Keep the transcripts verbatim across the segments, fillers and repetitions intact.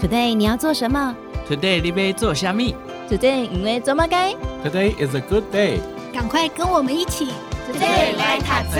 Today 你要做什么？ Today 你要做什么？ Today 因为做乜该？ Today is a good day。 赶快跟我们一起 Today 来读册。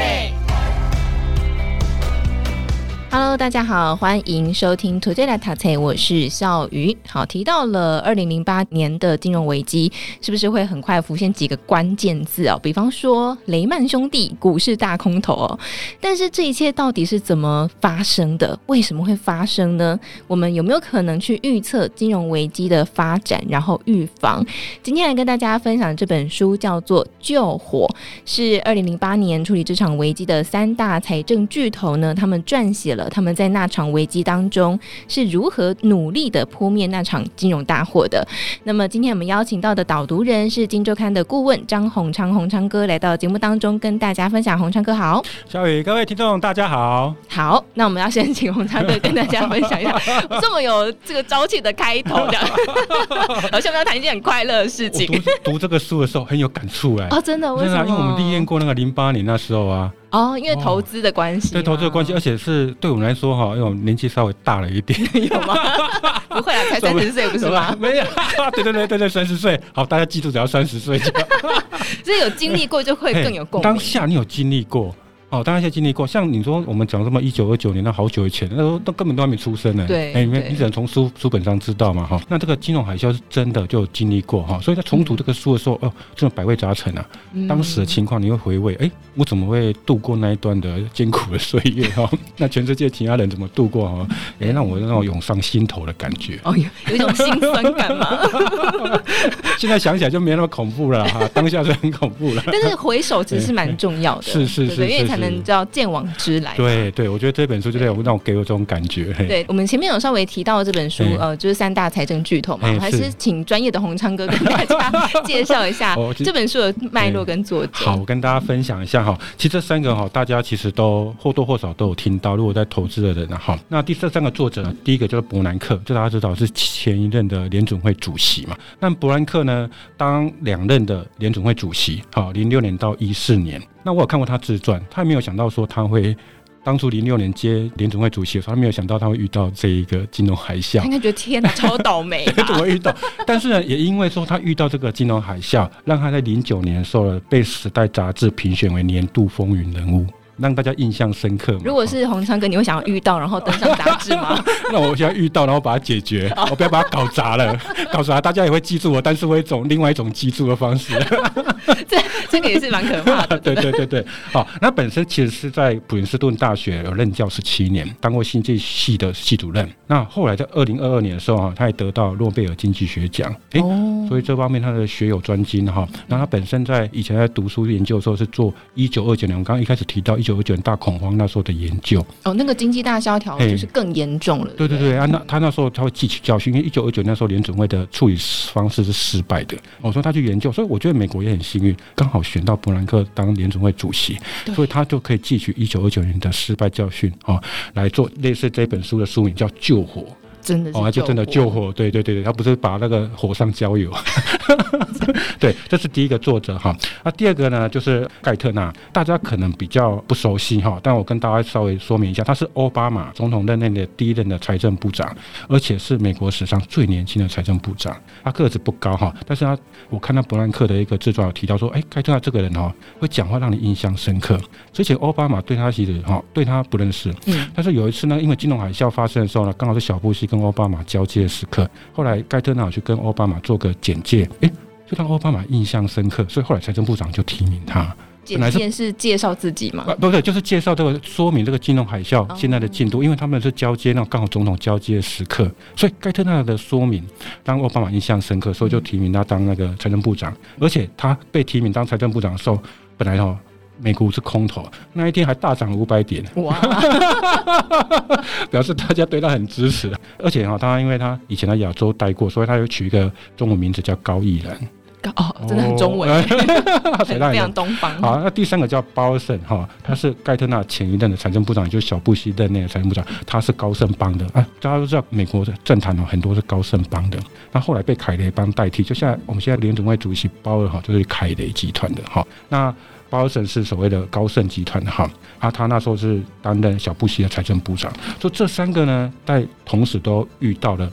Hello， 大家好，欢迎收听 Today 来读册，我是笑瑜。好，提到了二零零八年的金融危机，是不是会很快浮现几个关键字哦？比方说雷曼兄弟股市大空头哦。但是这一切到底是怎么发生的？为什么会发生呢？我们有没有可能去预测金融危机的发展，然后预防？今天来跟大家分享这本书叫做《救火》，是二零零八年处理这场危机的三大财政巨头呢，他们撰写了他们在那场危机当中是如何努力的扑灭那场金融大祸的。那么今天我们邀请到的导读人是今周刊的顾问张宏昌，宏昌哥来到节目当中跟大家分享。宏昌哥好。 小雨，各位听众大家好。 好，那我们要先请宏昌哥跟大家分享一下这么有这个朝气的开头这样好像我们要谈一件很快乐的事情。 我 读, 读这个书的时候很有感触哎、 哦，真的？为什么？ 真的、啊、因为我们历验过那个零八年那时候啊。 哦，因为投资的关系、哦， 对投资的关系，而且是对我们来说哈，因为我们年纪稍微大了一点， 有吗？不会啊，才三十岁不是吗？ 没有，对对对对对，三十岁，好，大家记住，只要三十岁就， 这有经历过就会更有共鸣。 当下你有经历过。哦，当然现在经历过，像你说我们讲什么一九二九年，那好久以前，那时候都根本都还没出生呢。 对， 哎、欸，你只能从书书本上知道嘛，哈。那这个金融海啸是真的就有经历过哈，所以在重读这个书的时候，哦，真的百味杂陈啊。嗯、当时的情况你会回味，哎、欸，我怎么会度过那一段的艰苦的岁月哈？那全世界其他人怎么度过哈？哎、欸，让我那种涌上心头的感觉。 哦，有有一种心酸感吗？ 现在想起来就没那么恐怖了哈，当下是很恐怖了。 但是回首其实是蛮重要的， 是是 是, 是, 是， 因为才能知道见往知来。 对对，我觉得这本书就让我给我这种感觉。 对，我们前面有稍微提到这本书，呃，就是三大财政巨头嘛，我还是请专业的宏昌哥跟大家介绍一下这本书的脉络跟作者。 好，我跟大家分享一下哈。其实这三个哈，大家其实都或多或少都有听到，如果在投资的人哈。那第这三个作者呢，第一个就是伯南克，就大家知道是前一任的联准会主席嘛。那伯南克呢，当两任的联准会主席，好，零六年到一四年。那我有看过他自传，他也没有想到说他会当初零六年接联准会主席的时候，他没有想到他会遇到这一个金融海啸， 他应该觉得天哪，超倒霉吧？ 怎么遇到？但是呢，也因为说他遇到这个金融海啸，让他在零九年的时候被《时代》杂志评选为年度风云人物。让大家印象深刻嘛。 如果是宏昌哥，你会想要遇到然后登上杂志吗？ 那我现在遇到，然后把它解决，我不要把它搞砸了，搞砸大家也会记住我，但是会一种另外一种记住的方式。 这这个也是蛮可怕的。 对对对对，好，那本身其实是在普林斯顿大学有任教十七年，当过经济系的系主任。那后来在二零二二年的时候，他也得到诺贝尔经济学奖，哎、哦，所以这方面他的学有专精哈。那他本身在以前在读书研究的时候是做一九二九年，我们刚刚一开始提到一九二九年大恐慌那时候的研究。 哦，那个经济大萧条就是更严重了。 对对对，啊，那他那时候他会汲取教训，因为一九二九那时候联准会的处理方式是失败的。我说他去研究，所以我觉得美国也很幸运，刚好选到伯南克当联准会主席，所以他就可以汲取一九二九年的失败教训，哦，来做类似这本书的书名叫《救火》。 真的是救火， 哦，就真的救火，对对对对，他不是把那个火上浇油，对，这是第一个作者哈。那第二个呢，就是盖特纳，大家可能比较不熟悉哈，但我跟大家稍微说明一下，他是奥巴马总统任内的第一任的财政部长，而且是美国史上最年轻的财政部长。他个子不高哈，但是他我看到伯南克的一个自传有提到说，哎，盖特纳这个人哈会讲话让你印象深刻。之前奥巴马对他其实哈对他不认识，嗯，但是有一次呢，因为金融海啸发生的时候呢，刚好是小布希跟跟奥巴马交接的时刻，后来盖特纳去跟奥巴马做个简介，哎，就让奥巴马印象深刻，所以后来财政部长就提名他。 简介是介绍自己吗？ 不是，就是介绍这个说明这个金融海啸现在的进度，哦，因为他们是交接，那刚好总统交接的时刻，所以盖特纳的说明让奥巴马印象深刻，所以就提名他当那个财政部长，而且他被提名当财政部长的时候，本来哦。美股是空头，那一天还大涨五百点，哇！表示大家对他很支持，而且哈，他因为他以前在亚洲待过，所以他有取一个中文名字叫高逸然。 哦，真的很中文，哦，非常东方。 好，那第三个叫鲍尔森哈，他是盖特纳前一任的财政部长，也就是小布希任内的财政部长，他是高盛帮的啊。大家都知道，美国的政坛很多是高盛帮的，那后来被凯雷帮代替，就像我们现在联准会主席鲍尔哈，就是凯雷集团的哈。那鲍尔森是所谓的高盛集团的哈，啊，他那时候是担任小布希的财政部长，所以这三个呢，在同时都遇到了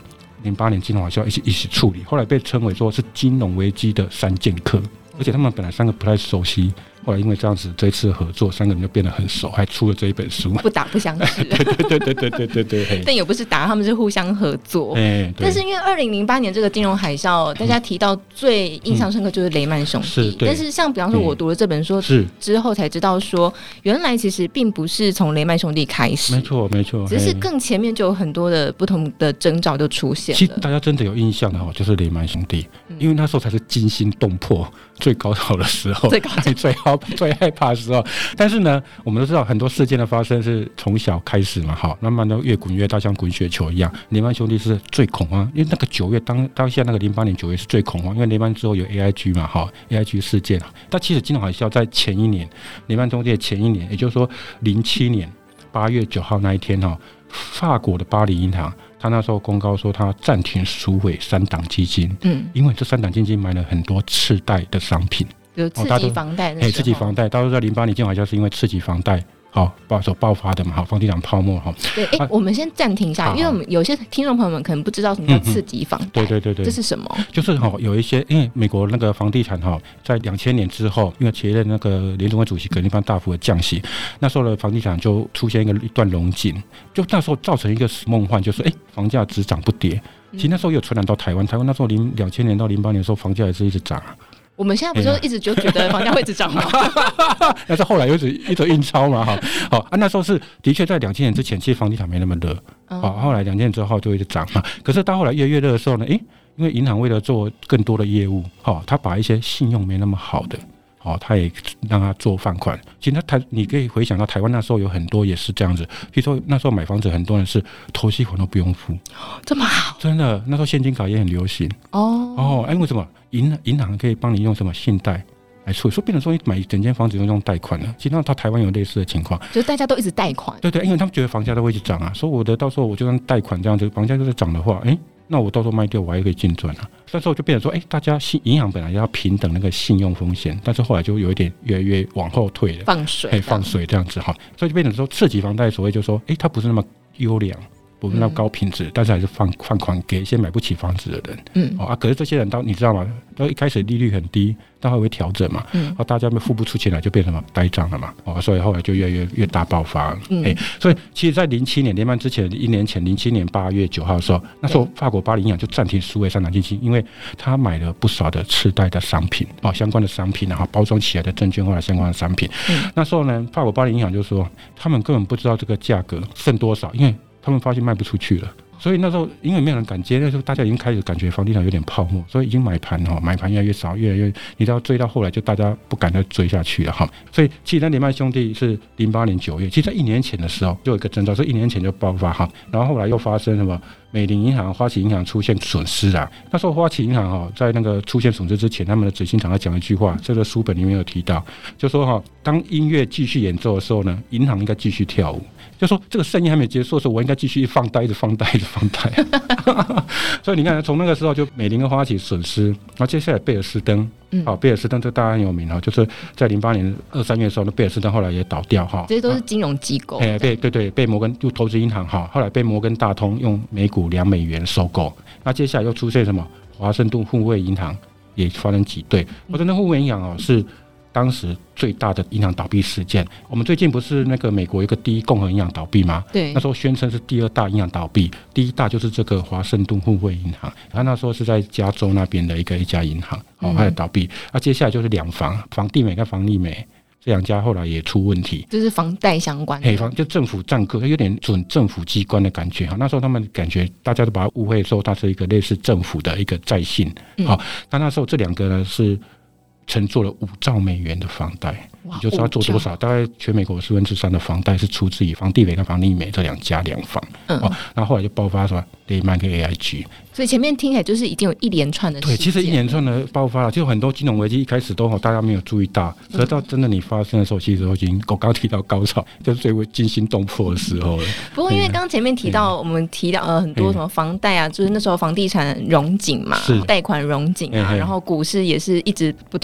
零八年金融海啸一起一起处理，后来被称为说是金融危机的三剑客，而且他们本来三个不太熟悉，后来因为这样子这一次合作，三个人就变得很熟，还出了这一本书， 不打不相识。 对对对对对对对对。 但也不是打，他们是互相合作。欸、但是因为二零零八年这个金融海啸，大家提到最印象深刻就是雷曼兄弟。嗯、是，但是像比方说，我读了这本书之后才知道说，原来其实并不是从雷曼兄弟开始， 没错没错， 只是更前面就有很多的不同的征兆就出现了。 其实大家真的有印象的哈，就是雷曼兄弟，嗯、因为那时候才是惊心动魄、最高潮的时候， 最高潮、 最好最害怕的时候。但是呢，我们都知道很多事件的发生是从小开始嘛，好，慢慢的越滚越大，像滚雪球一样。雷曼兄弟是最恐慌，因为那个九月当当下那个零八年九月是最恐慌，因为雷曼之后有 A I G 嘛，好 ，A I G 事件。但其实金融海啸在前一年，雷曼兄弟的前一年，也就是说零七年八月九号那一天哈，法国的巴黎银行。他那时候公告说，他暂停赎回三档基金，嗯，因为这三档基金买了很多次贷的商品， 有刺激房贷的时候， 刺激房贷，大家都知道零八年金融海啸是因为刺激房贷。好，爆所爆发的嘛，好，房地产泡沫哈。 对，哎、欸啊，我们先暂停一下，因为我们有些听众朋友们可能不知道什么叫刺激房贷、嗯。对对对对，这是什么？ 就是哈，有一些因为美国那个房地产哈，在两千年之后，因为前任那个联准会主席葛林邦大幅的降息，那时候的房地产就出现一个一段龙井，就那时候造成一个梦幻，就是哎、欸，房价只涨不跌。其实那时候有传染到台湾，台湾那时候零两千年到零八年的时候，房价也是一直涨。 我们现在不是一直就觉得房价会一直涨吗？ 但是后来又一直一直印钞嘛，哈，好啊，那时候是的确在两千年之前，其实房地产没那么热，好，后来两千年之后就一直涨嘛。可是到后来越来越热的时候呢，哎、欸，因为银行为了做更多的业务，好，他把一些信用没那么好的。哦，他也让他做放款。其实台，你可以回想到台湾那时候有很多也是这样子。比如说那时候买房子，很多人是头期款都不用付， 这么好， 真的。那时候现金卡也很流行。哦哦，哎，为什么银银行可以帮你用什么信贷来处理？说变成说你买整间房子用用贷款了。其实到台湾有类似的情况， 就是大家都一直贷款。 对对，因为他们觉得房价都会一直涨啊，所以我的到时候我就算贷款这样子，房价就是涨的话，哎、欸。那我到时候卖掉，我还可以净赚啊。那时候就变成说，哎、欸，大家银行本来要平等那个信用风险，但是后来就有一点越来越往后退了， 放水， 放水这样子哈，所以就变成说，刺激房贷所谓就说，哎、欸，它不是那么优良，不是那么高品质、嗯，但是还是放放款给一些买不起房子的人，嗯，哦啊，可是这些人到你知道吗？到一开始利率很低，但后来会调整嘛，嗯，啊，大家付不出钱来，就变成什么呆账了嘛，哦，所以后来就越来越越大爆发了，嗯，欸、所以其实，在零七年雷曼之前一年前，零七年八月九号的时候，那时候法国巴黎银行就暂停赎回三档基金，因为他买了不少的次贷的商品，哦，相关的商品，然后包装起来的证券或者相关的商品，嗯，那时候呢，法国巴黎银行就说，他们根本不知道这个价格剩多少，因为他们发现卖不出去了。所以那时候，因为没有人敢接，那时候大家已经开始感觉房地产有点泡沫，所以已经买盘哈，买盘越来越少，越来越，你知道追到后来就大家不敢再追下去了哈。所以其实那雷曼兄弟是零八年九月，其实在一年前的时候就有一个征兆，是一年前就爆发哈，然后后来又发生什么？美林银行、花旗银行出现损失啊。那时候花旗银行哈，在那个出现损失之前，他们的执行长他讲一句话，这个书本里面有提到，就说哈，当音乐继续演奏的时候呢，银行应该继续跳舞。就说这个生意还没结束的时候，我应该继续放贷，一直放贷，一直放贷。所以你看，从那个时候就美林跟花旗损失，然后接下来贝尔斯登，好、嗯，贝尔斯登这大家很有名哈，就是在零八年二三月的时候，那贝尔斯登后来也倒掉哈， 这些都是金融机构， 哎、啊，对对对，被摩根就投资银行哈，后来被摩根大通用每股两美元收购，那接下来又出现什么？华盛顿互惠银行也发生挤兑，华盛顿互惠银行哦是。当时最大的银行倒闭事件，我们最近不是那个美国一个第一共和银行倒闭吗？对，那时候宣称是第二大银行倒闭，第一大就是这个华盛顿互惠银行，他那时候是在加州那边的一个一家银行，哦，它的倒闭。那、嗯啊、接下来就是两房，房地美跟房利美这两家后来也出问题， 就是房贷相关的， 嘿，房就政府占客，有点准政府机关的感觉哈。那时候他们感觉大家都把它误会说它是一个类似政府的一个债信，好、嗯，那那时候这两个呢是。承做了五兆美元的房贷，你就知道做多少？大概全美国四分之三的房贷是出自于房地美跟房利美这两家两房。嗯，哦，然后后来就爆发什么雷曼跟 A I G。 所以前面听起来就是已经有一连串的事件。 对，其实一连串的爆发了，就很多金融危机一开始都大家没有注意到，可是到真的你发生的时候，其实都已经我刚提到高潮，就是最为惊心动魄的时候了。 不过因为刚刚前面提到，我们提到呃很多什么房贷啊，就是那时候房地产荣景嘛，贷款荣景啊，然后股市也是一直不断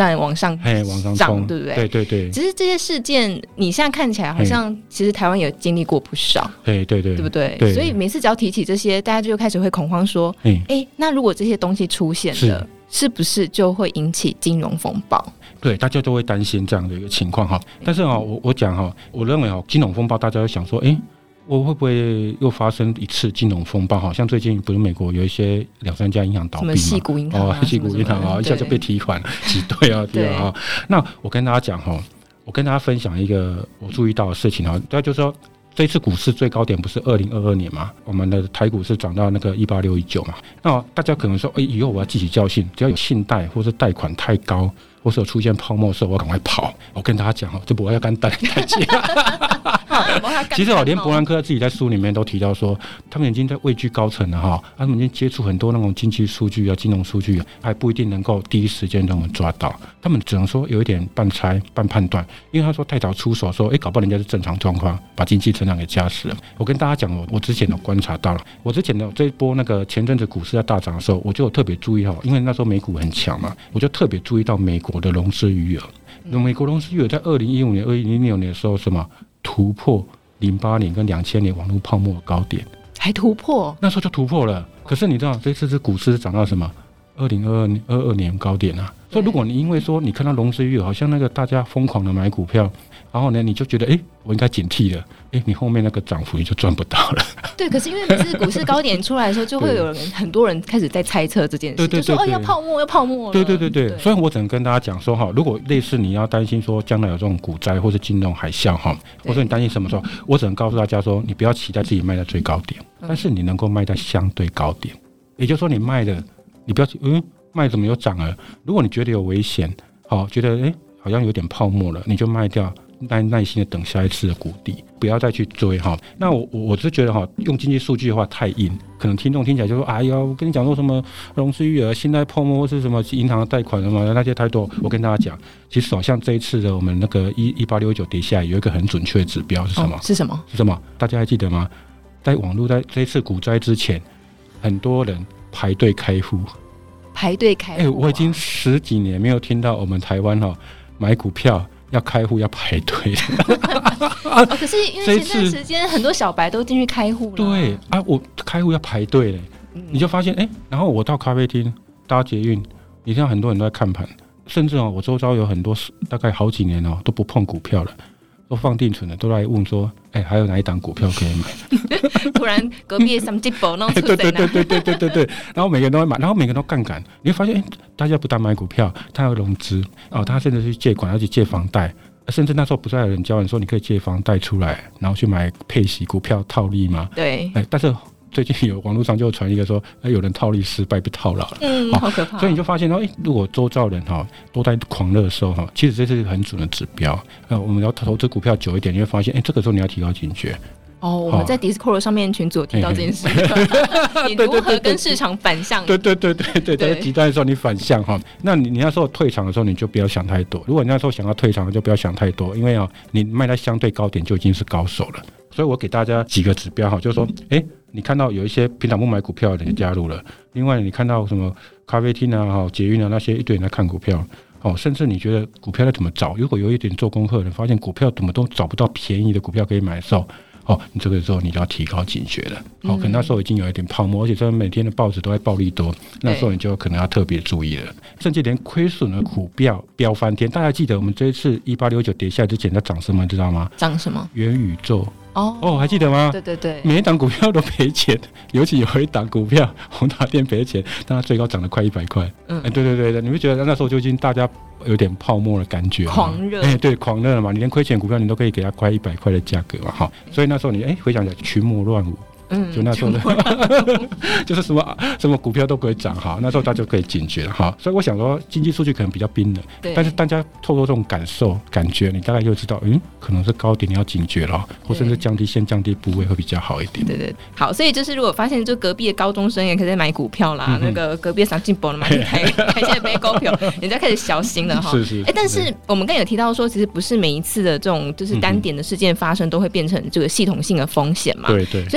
断往上嘿往上涨， 冲， 对不对？ 对对对。 其实这些事件，你现在看起来好像，其实台湾有经历过不少， 对对对， 对不对？ 对， 所以每次只要提起这些，大家就开始会恐慌，说：“哎、欸，那如果这些东西出现了，是不是就会引起金融风暴？” 对，大家都会担心这样的一个情况哈。但是哦，我我讲哈，我认为哦，金融风暴大家会想说，哎、欸。我会不会又发生一次金融风暴？好像最近不是美国有一些两三家银行倒闭嘛， 什么矽谷银行、啊、 哦，矽谷银行啊，一下就被提款挤兑啊，对啊。那我跟大家讲哈，我跟大家分享一个我注意到的事情哈，大家就说这一次股市最高点不是二零二二年嘛？我们的台股是涨到那个一八六一九嘛？那大家可能说，哎、欸，以后我要记起教训，只要有信贷或是贷款太高，或是有出现泡沫的时候，我赶快跑。我跟大家讲哦，这不要干单太急。其实哦，连伯南克自己在书里面都提到说，他们已经在位居高层了哈，他们已经接触很多那种经济数据啊、金融数据，还不一定能够第一时间让我们抓到。他们只能说有一点半猜半判断，因为他说太早出手说，哎、欸，搞不好人家是正常状况，把经济成长给加死了。我跟大家讲，我我之前有观察到了，我之前的这一波那个前阵子股市在大涨的时候，我就有特别注意到，因为那时候美股很强嘛，我就特别注意到美国的融资余额。美国融资余额在二零一五年、二零一六年的时候，什么突破零八年跟两千年网络泡沫的高点， 还突破， 那时候就突破了。可是你知道，这次是股市涨到什么？二零二二二二年高点啊！所以如果你因为说你看到融资余额好像那个大家疯狂的买股票，然后呢你就觉得哎、欸，我应该警惕了，哎、欸，你后面那个涨幅你就赚不到了。 对，可是因为每次股市高点出来的时候，就会有人很多人开始在猜测这件事，对对对对，就说哦要泡沫要泡沫了。 对对对 对, 对，所以我只能跟大家讲说哈，如果类似你要担心说将来有这种股灾或是金融海啸哈，或者你担心什么时候，我只能告诉大家说，你不要期待自己卖在最高点，但是你能够卖在相对高点，也就是说你卖的，你不要嗯。卖怎么有涨了？如果你觉得有危险，好，觉得哎、欸、好像有点泡沫了，你就卖掉，耐耐心的等下一次的谷底，不要再去追哈。那我我是觉得哈，用经济数据的话太硬，可能听众听起来就说，哎呀，我跟你讲说什么融资余额、信贷泡沫或是什么银行的贷款什么那些太多。我跟大家讲，其实好像这一次的我们那个一一八六一九跌下来，有一个很准确的指标是什么？哦、 是什么？ 是什么？大家还记得吗？在网络在这一次股灾之前，很多人排队开户。 排队开户、啊，哎、欸， 我已经十几年没有听到我们台湾哈、哦、买股票要开户要排队哦。可是因为前段时间很多小白都进去开户了。 对啊，我开户要排队嘞、嗯，你就发现哎、欸，然后我到咖啡厅搭捷运，你看很多人都在看盘，甚至哦，我周遭有很多大概好几年哦都不碰股票了。都放定存的，都来问说，哎、欸，还有哪一档股票可以买？ 突然隔壁的三只宝弄出来， 对对对对对对对对，然后每个人都会买，然后每个人都杠杆，你会发现，哎、欸，大家不但买股票，他要融资哦，他甚至去借款，而且借房贷，甚至那时候不是还有人教人说，你可以借房贷出来，然后去买配息股票套利吗？ 对， 哎、欸，但是。最近有网络上就传一个说，欸、有人套利失败被套牢了， 嗯，好可怕。 所以你就发现说，欸、如果周遭人哈都在狂热的时候哈，其实这是一个很准的指标。呃，我们要投资股票久一点，你会发现，哎、欸，这个时候你要提高警觉。 哦，我们在 Discord 上面群组有提到这件事，你如何跟市场反向？对对对对对，在极端的时候你反向哈，那你你那时候退场的时候你就不要想太多。如果你那时候想要退场，就不要想太多，因为啊，你卖在相对高点就已经是高手了。所以我给大家几个指标哈，就是说，哎、欸，你看到有一些平常不买股票的人加入了，另外你看到什么咖啡厅啊、哈捷运啊那些一堆人在看股票。哦，甚至你觉得股票要怎么找？如果有一点做功课的人发现股票怎么都找不到便宜的股票可以买的时候，哦，你这个时候你就要提高警觉了。哦，可能那时候已经有一点泡沫，而且这每天的报纸都在暴利多，那时候你就可能要特别注意了。甚至连亏损的股票飙翻天，大家记得我们这一次一八六九跌下来之前在涨什么，知道吗？ 涨什么？ 元宇宙。 哦哦，还记得吗？ 对对对， 每一档股票都赔钱，尤其有一档股票宏达电赔钱，但它最高涨了快一百块。嗯，哎，对对对，你会觉得那时候就已经大家有点泡沫的感觉， 狂热， 哎，对，狂热了嘛，你连亏钱股票你都可以给它快一百块的价格嘛，哈，所以那时候你哎回想起来群魔乱舞。嗯，就那时候的，就是什么什么股票都可以涨哈，那时候大家就可以警觉了哈。所以我想说，经济数据可能比较冰冷，但是大家透过这种感受、感觉，你大概就知道，嗯，可能是高点，你要警觉了，或甚至降低先降低部位会比较好一点。 对对，好，所以就是如果发现就隔壁的高中生也可以在买股票啦，嗯、那个隔壁上进博了嘛，开开现在买股票，人家开始小心了哈。 是是。 哎、欸，但是我们刚才有提到说，其实不是每一次的这种就是单点的事件发生都会变成这个系统性的风险嘛。 对对。 所以在这本书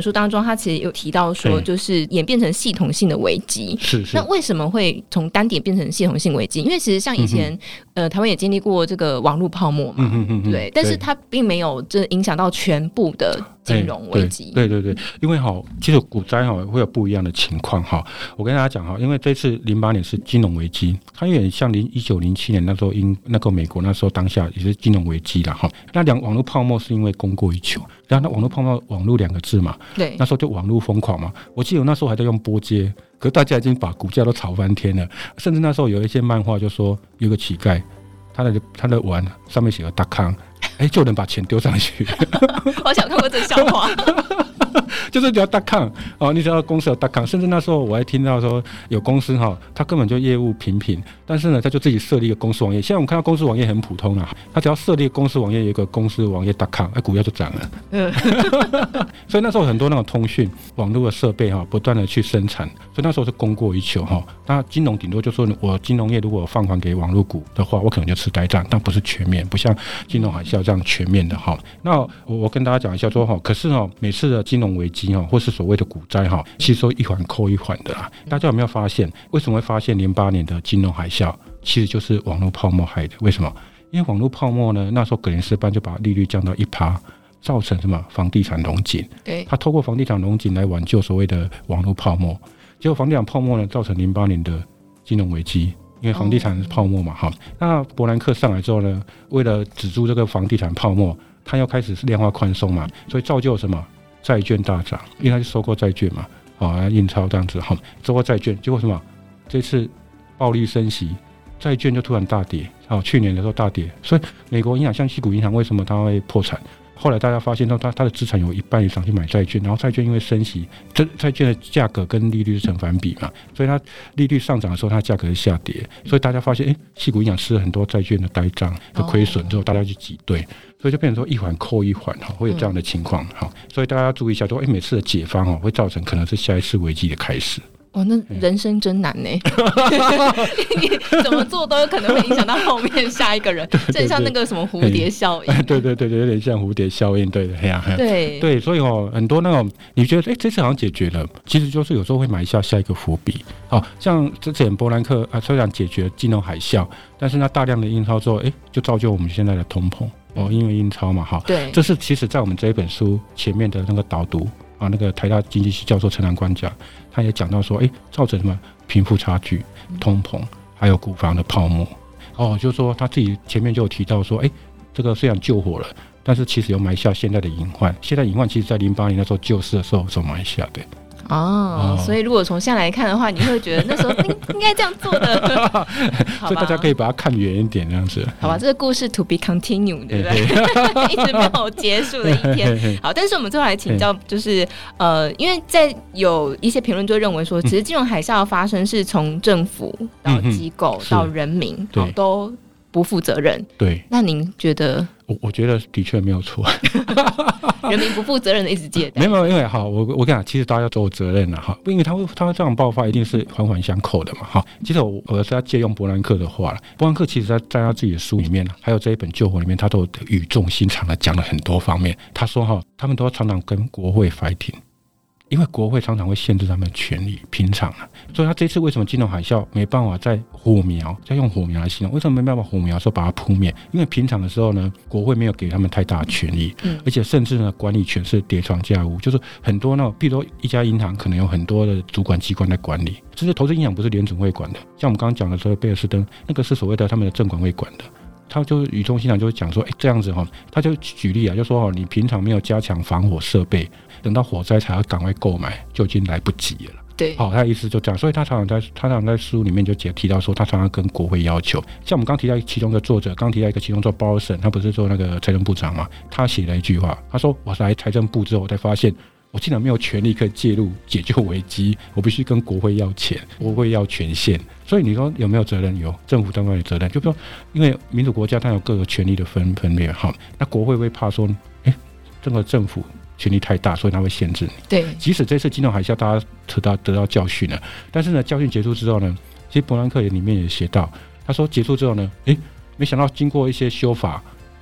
书当中，他其实有提到说，就是演变成系统性的危机。 是是。 那为什么会从单点变成系统性危机？因为其实像以前，嗯、呃，台湾也经历过这个网络泡沫嘛，嗯嗯嗯对，但是它并没有这影响到全部的金融危机。 对对 对, 对，因为哈，其实股灾哈会有不一样的情况哈。我跟大家讲哈，因为这次零八年是金融危机，它有点像零一九零七年那时候英那个美国那时候当下也是金融危机啦哈。那两网络泡沫是因为供过于求，然后那网络泡沫网络两个字嘛， 对， 那时候就网络疯狂嘛。我记得我那时候还在用拨接，可是大家已经把股价都炒翻天了，甚至那时候有一些漫画就说有个乞丐，他的他的碗上面写个.com，哎，就能把钱丢上去。 我想看过这个笑话。 就是只要.com哦，你只要公司有.com，甚至那时候我还听到说有公司哈，他根本就业务平平，但是呢，他就自己设立一个公司网页。现在我们看到公司网页很普通啦，他只要设立公司网页，有一个公司网页.com，哎，股价就涨了。嗯，所以那时候很多那种通讯网络的设备哈，不断的去生产，所以那时候是供过于求哈。那金融顶多就说我金融业如果放款给网络股的话，我可能就吃呆账，但不是全面，不像金融海啸这样全面的哈。那我我跟大家讲一下说哈，可是哈，每次的金融危机哈，或是所谓的股灾哈，其实都一环扣一环的啦。大家有没有发现，为什么会发现零八年的金融海啸其实就是网络泡沫害的？为什么？因为网络泡沫呢，那时候葛林斯潘就把利率降到一趴，造成什么房地产龙井。对，他透过房地产龙井来挽救所谓的网络泡沫，结果房地产泡沫呢，造成零八年的金融危机。因为房地产是泡沫嘛，哈、哦，那伯南克上来之后呢，为了止住这个房地产泡沫，他要开始量化宽松嘛，所以造就什么债券大涨，因为他是收购债券嘛，哦，印钞这样子，哈、哦，收购债券，结果什么？这次暴力升息，债券就突然大跌，哦，去年的时候大跌，所以美国银行像矽谷银行为什么它会破产？后来大家发现到它它的资产有一半以上去买债券，然后债券因为升息，这债券的价格跟利率是成反比嘛，所以它利率上涨的时候，它价格是下跌，所以大家发现，哎，矽谷银行吃了很多债券的呆账的亏损之后，大家去挤兑，所以就变成说一环扣一环哈，会有这样的情况哈，所以大家要注意一下，说，哎，每次的解方哈，会造成可能是下一次危机的开始。 哦，那人生真难呢、欸！你怎么做都有可能会影响到后面下一个人，正像那个什么蝴蝶效应。 对对对对，有点像蝴蝶效应，对的，嘿呀、啊， 对对，所以哦，很多那种你觉得哎，这次好像解决了，其实就是有时候会埋下下一个伏笔。好、哦、像之前伯南克啊，虽然解决金融海啸，但是那大量的印钞之后，哎，就造就我们现在的通膨哦，因为印钞嘛，哈， 对， 这是其实在我们这一本书前面的那个导读。啊，那个台大经济系教授陈南官讲，他也讲到说，哎，造成什么贫富差距、通膨，还有股房的泡沫。哦，就是说他自己前面就有提到说，哎，这个虽然救火了，但是其实有埋下现在的隐患。现在隐患其实在零八年那时候救市的时候所埋下的。 哦，所以如果从现在来看的话，你会觉得那时候应应该这样做的， 所以大家可以把它看远一点，这样子。 好吧，这个故事 to be continued， 对不对？一直没有结束的一天。好，但是我们最后来请教，就是呃，因为在有一些评论就认为说，其实金融海啸的发生是从政府到机构到人民，好都不负责任。对，那您觉得？ 我我觉得的确没有错。 人民不负责任的一直借贷， 没有没有，因为好，我我跟你讲，其实大家都有责任了哈，因为他会他会这样爆发，一定是环环相扣的嘛哈。其实我我是要借用伯南克的话了，伯南克其实在在他自己的书里面，还有这一本《救火》里面，他都语重心长的讲了很多方面。他说哈，他们都常常跟国会 fighting。因为国会常常会限制他们的权利，平常啊，所以他这次为什么金融海啸没办法再火苗，再用火苗来形容？为什么没办法火苗的时候把它扑灭？因为平常的时候呢，国会没有给他们太大的权利，嗯，而且甚至呢，管理权是叠床架屋，就是很多那种，比如说一家银行可能有很多的主管机关在管理，甚至投资银行不是联准会管的，像我们刚刚讲的这个贝尔斯登，那个是所谓的他们的证管会管的。他就语重心长就会讲说，哎，这样子哈，他就举例啊，就说哦，你平常没有加强防火设备，等到火灾才要赶快购买，就已经来不及了。对，好、哦，他的意思就这样，所以他常常在他常常在书里面就提到说，他常常跟国会要求，像我们刚提到其中的作者，刚提到一个其中做鲍尔森，他不是做那个财政部长嘛，他写了一句话，他说我来财政部之后，我才发现。我竟然没有权利可以介入解救危机，我必须跟国会要钱，国会要权限。所以你说有没有责任？有，政府当然有责任。就说，因为民主国家它有各个权力的分分裂，哈，那国会会怕说，哎，这个政府权力太大，所以它会限制你。对，即使这次金融海啸大家得到得到教训了，但是呢，教训结束之后呢，其实伯南克里面也写到，他说结束之后呢，哎，没想到经过一些修法。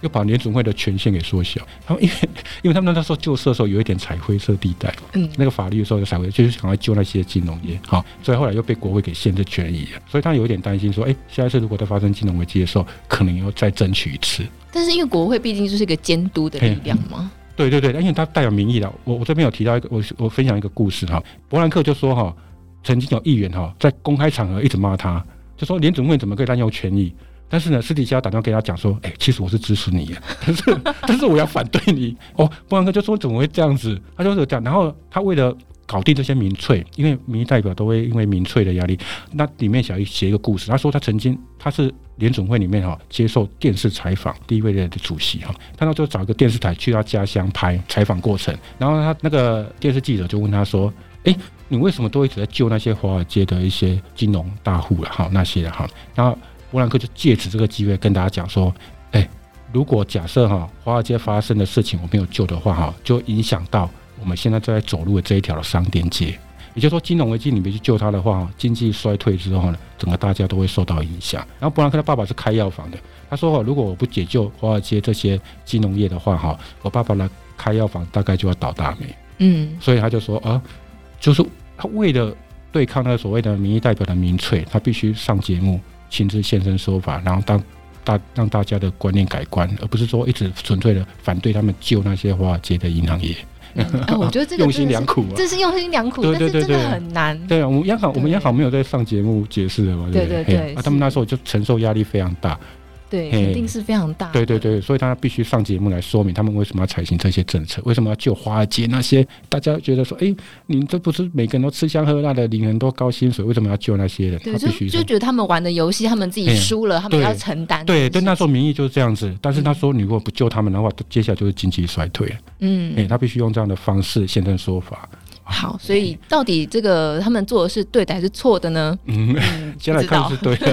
又把联准会的权限给缩小。他们因为因为他们那时候救市的时候有一点踩灰色地带，嗯，那个法律的时候就踩灰，就是赶快救那些金融业，好，所以后来又被国会给限制权益了。所以他有点担心说，哎、欸，下一次如果再发生金融危机的时候，可能要再争取一次。 但是因为国会毕竟就是一个监督的力量嘛。 对对对，因为他代表民意的。我我这边有提到一个，我我分享一个故事哈。伯南克就说哈，曾经有议员哈在公开场合一直骂他，就说联准会怎么可以滥用权益？但是呢，私底下打电话跟他讲说，哎、欸，其实我是支持你的，但是但是我要反对你。哦，伯南克就说怎么会这样子？他就是这样，然后他为了搞定这些民粹，因为民意代表都会因为民粹的压力，那里面想写一个故事。他说他曾经他是联准会里面哈接受电视采访第一位的主席哈，他就找一个电视台去他家乡拍采访过程，然后他那个电视记者就问他说，哎、欸，你为什么都一直在救那些华尔街的一些金融大户了哈那些哈？然后伯南克就借此这个机会跟大家讲说，哎、欸，如果假设哈华尔街发生的事情我没有救的话哈，就影响到我们现在正在走路的这一条的商店街，也就是说，金融危机你没去救它的话，经济衰退之后呢，整个大家都会受到影响。然后伯南克他爸爸是开药房的，他说如果我不解救华尔街这些金融业的话哈，我爸爸来开药房大概就要倒大霉。嗯，所以他就说啊，就是他为了对抗那个所谓的民意代表的民粹，他必须上节目亲自现身说法，然后当大让大家的观念改观，而不是说一直纯粹的反对他们救那些华尔街的银行业。 嗯啊、我觉得这个用心良苦、啊， 这是用心良苦，对对对对，但是真的很难。 对啊，我们央行我们央行没有在上节目解释的嘛，对对 对, 对啊，他们那时候就承受压力非常大。 对，肯定是非常大的。 对对对，所以他必须上节目来说明他们为什么要采行这些政策，为什么要救华尔街那些大家觉得说，哎、欸，你这不是每个人都吃香喝辣的，领很多高薪水，为什么要救那些人？ 对，就就觉得他们玩的游戏，他们自己输了，他们要承担。 对对，那时候民意就是这样子。但是他说，你如果不救他们的话，接下来就是经济衰退了。嗯，哎、欸，他必须用这样的方式现身说法。 好，所以到底这个他们做的是对的还是错的呢？嗯， 先来看是对的，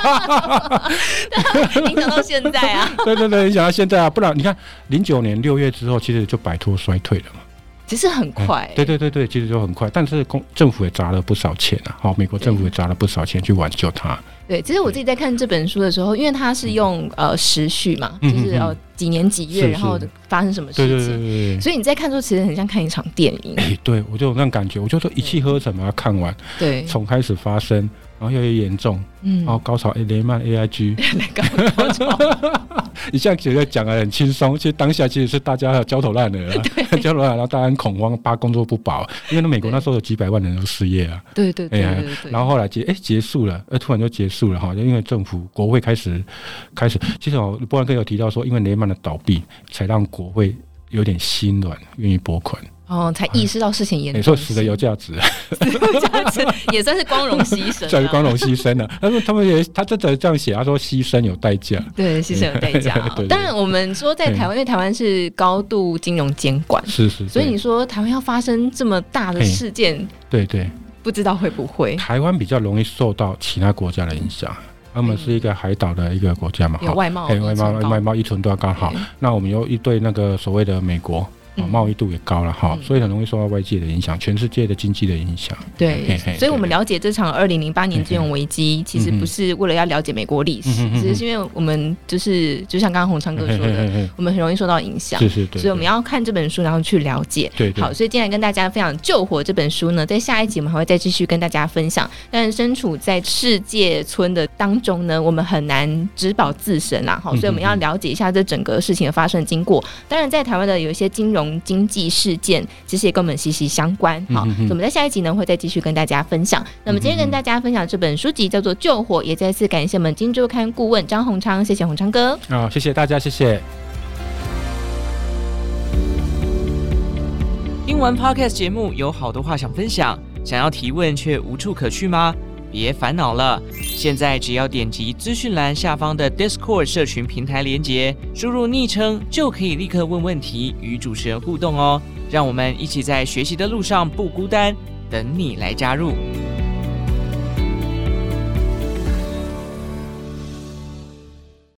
影响到现在啊。 对对对，影响到现在啊，不然你看零九年六月之后，其实就摆脱衰退了嘛。 其实很快、欸嗯， 对对对对，其实就很快，但是政府也砸了不少钱啊，好，美国政府也砸了不少钱去挽救它。 对，其实我自己在看这本书的时候，因为它是用呃时序嘛，嗯、就是呃几年几月，然后发生什么事情，对对对对对，所以你在看的时候，其实很像看一场电影。哎、欸， 对我就有那种感觉，我就说一气呵成把它看完，对，从开始发生，然后越来越严重，嗯，然后高潮，哎、欸，雷曼 A I G， 高潮，你现在觉得讲得很轻松，其实当下其实是大家焦头烂额，焦头烂额，然后大家很恐慌，怕工作不保，因为那美国那时候有几百万人都失业啊， 对对对 对, 对, 对, 对， 然后后来结哎、欸、结束了，呃突然就结束了哈，因为政府国会开始开始，其实哦，伯南克有提到说，因为雷曼的倒闭，才让国会有点心软，愿意拨款。 哦，才意识到事情严重。 你、欸、说死的有价值， 死的有价值也算是光荣牺牲、啊， 算是光荣牺牲了。他说他们也，他真的这样写，他说牺牲有代价， 对，牺牲有代价、哦。当然，我们说在台湾，因为台湾是高度金融监管， 是是， 所以你说台湾要发生这么大的事件， 对对， 不知道会不会。 台湾比较容易受到其他国家的影响。他们是一个海岛的一个国家嘛， 有外贸， 外贸外贸依存度刚好。那我们又一对那个所谓的美国。贸易度也高了哈、嗯，所以很容易受到外界的影响，全世界的经济的影响。 对，嘿嘿，所以我们了解这场二零零八年金融危机，其实不是为了要了解美国历史，只是因为我们就是就像刚刚洪昌哥说的，嘿嘿嘿，我们很容易受到影响，是是对对对，所以我们要看这本书，然后去了解。对, 对，好，所以今天跟大家分享《救火》这本书呢，在下一集我们还会再继续跟大家分享。但身处在世界村的当中呢，我们很难只保自身啦，好，所以我们要了解一下这整个事情的发生经过。当然，在台湾的有一些金融经济事件，其实也跟我们息息相关。好，嗯、所以我们在下一集呢会再继续跟大家分享。那么今天跟大家分享这本书籍叫做《救火》，也再次感谢我们今周刊顾问张洪昌，谢谢洪昌哥。 哦，谢谢大家，谢谢。 听完 Podcast 节目，有好多话想分享，想要提问却无处可去吗？别烦恼了，现在只要点击资讯栏下方的 Discord 社群平台连结，输入昵称就可以立刻问问题，与主持人互动哦。让我们一起在学习的路上不孤单，等你来加入。